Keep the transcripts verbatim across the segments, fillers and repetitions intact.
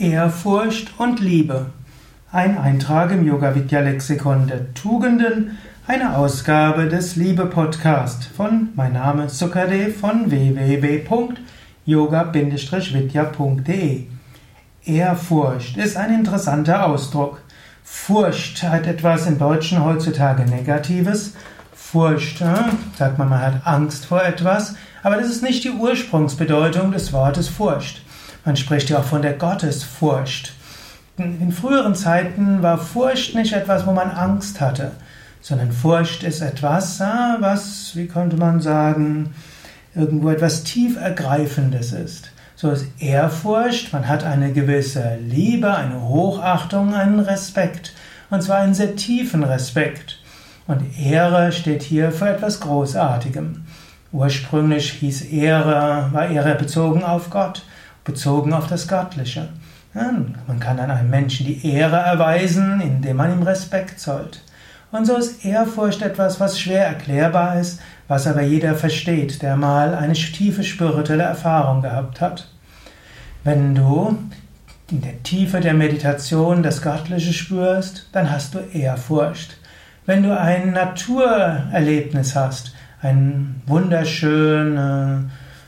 Ehrfurcht und Liebe. Ein Eintrag im Yoga-Vidya-Lexikon der Tugenden, eine Ausgabe des Liebe-Podcast von mein Name Sukadev von w w w punkt yoga vidya punkt de. Ehrfurcht ist ein interessanter Ausdruck. Furcht hat etwas im Deutschen heutzutage Negatives. Furcht, äh, sagt man, man hat Angst vor etwas, aber das ist nicht die Ursprungsbedeutung des Wortes Furcht. Man spricht ja auch von der Gottesfurcht. In früheren Zeiten war Furcht nicht etwas, wo man Angst hatte, sondern Furcht ist etwas, was, wie könnte man sagen, irgendwo etwas tief Ergreifendes ist. So ist Ehrfurcht, man hat eine gewisse Liebe, eine Hochachtung, einen Respekt, und zwar einen sehr tiefen Respekt. Und Ehre steht hier für etwas Großartigem. Ursprünglich hieß Ehre, war Ehre bezogen auf Gott, bezogen auf das Göttliche. Ja, man kann an einem Menschen die Ehre erweisen, indem man ihm Respekt zollt. Und so ist Ehrfurcht etwas, was schwer erklärbar ist, was aber jeder versteht, der mal eine tiefe spirituelle Erfahrung gehabt hat. Wenn du in der Tiefe der Meditation das Göttliche spürst, dann hast du Ehrfurcht. Wenn du ein Naturerlebnis hast, einen wunderschönen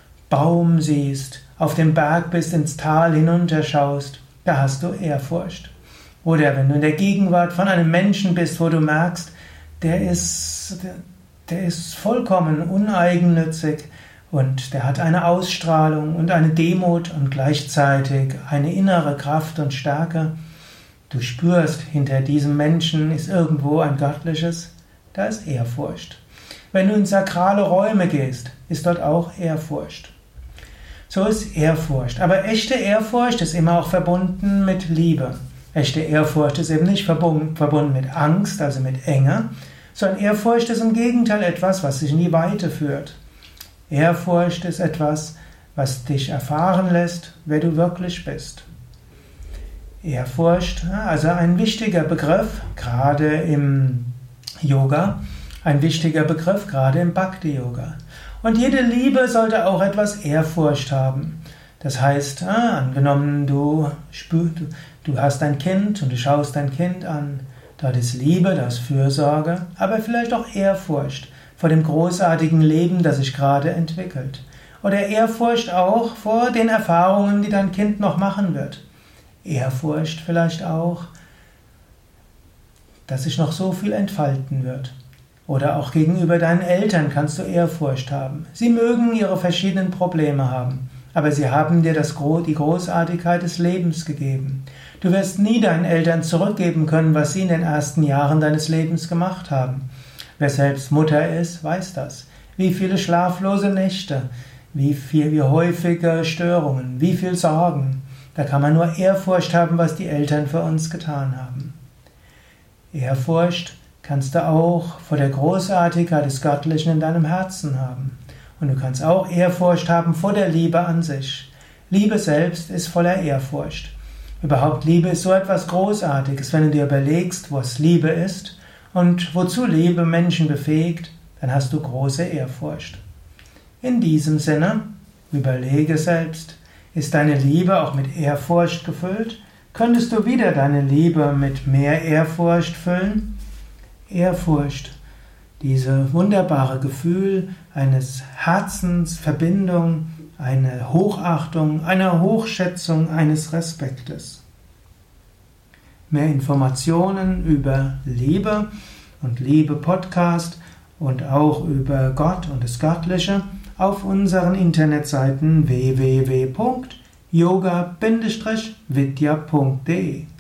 Baum siehst, auf dem Berg bist, ins Tal hinunterschaust, da hast du Ehrfurcht. Oder wenn du in der Gegenwart von einem Menschen bist, wo du merkst, der ist, der, der ist vollkommen uneigennützig und der hat eine Ausstrahlung und eine Demut und gleichzeitig eine innere Kraft und Stärke. Du spürst, hinter diesem Menschen ist irgendwo ein Göttliches, da ist Ehrfurcht. Wenn du in sakrale Räume gehst, ist dort auch Ehrfurcht. So ist Ehrfurcht. Aber echte Ehrfurcht ist immer auch verbunden mit Liebe. Echte Ehrfurcht ist eben nicht verbunden, verbunden mit Angst, also mit Enge, sondern Ehrfurcht ist im Gegenteil etwas, was dich in die Weite führt. Ehrfurcht ist etwas, was dich erfahren lässt, wer du wirklich bist. Ehrfurcht, also ein wichtiger Begriff, gerade im Yoga, ein wichtiger Begriff, gerade im Bhakti-Yoga. Und jede Liebe sollte auch etwas Ehrfurcht haben. Das heißt, ah, angenommen, du, spür, du, du hast ein Kind und du schaust dein Kind an. Dort ist Liebe, da ist Fürsorge, aber vielleicht auch Ehrfurcht vor dem großartigen Leben, das sich gerade entwickelt. Oder Ehrfurcht auch vor den Erfahrungen, die dein Kind noch machen wird. Ehrfurcht vielleicht auch, dass sich noch so viel entfalten wird. Oder auch gegenüber deinen Eltern kannst du Ehrfurcht haben. Sie mögen ihre verschiedenen Probleme haben, aber sie haben dir das, die Großartigkeit des Lebens gegeben. Du wirst nie deinen Eltern zurückgeben können, was sie in den ersten Jahren deines Lebens gemacht haben. Wer selbst Mutter ist, weiß das. Wie viele schlaflose Nächte, wie viel, wie häufige Störungen, wie viel Sorgen. Da kann man nur Ehrfurcht haben, was die Eltern für uns getan haben. Ehrfurcht kannst du auch vor der Großartigkeit des Göttlichen in deinem Herzen haben. Und du kannst auch Ehrfurcht haben vor der Liebe an sich. Liebe selbst ist voller Ehrfurcht. Überhaupt Liebe ist so etwas Großartiges. Wenn du dir überlegst, was Liebe ist und wozu Liebe Menschen befähigt, dann hast du große Ehrfurcht. In diesem Sinne, überlege selbst, ist deine Liebe auch mit Ehrfurcht gefüllt? Könntest du wieder deine Liebe mit mehr Ehrfurcht füllen? Ehrfurcht, diese wunderbare Gefühl eines Herzens, Verbindung, eine Hochachtung, eine Hochschätzung, eines Respektes. Mehr Informationen über Liebe und Liebe Podcast und auch über Gott und das Göttliche auf unseren Internetseiten w w w punkt yoga vidya punkt de.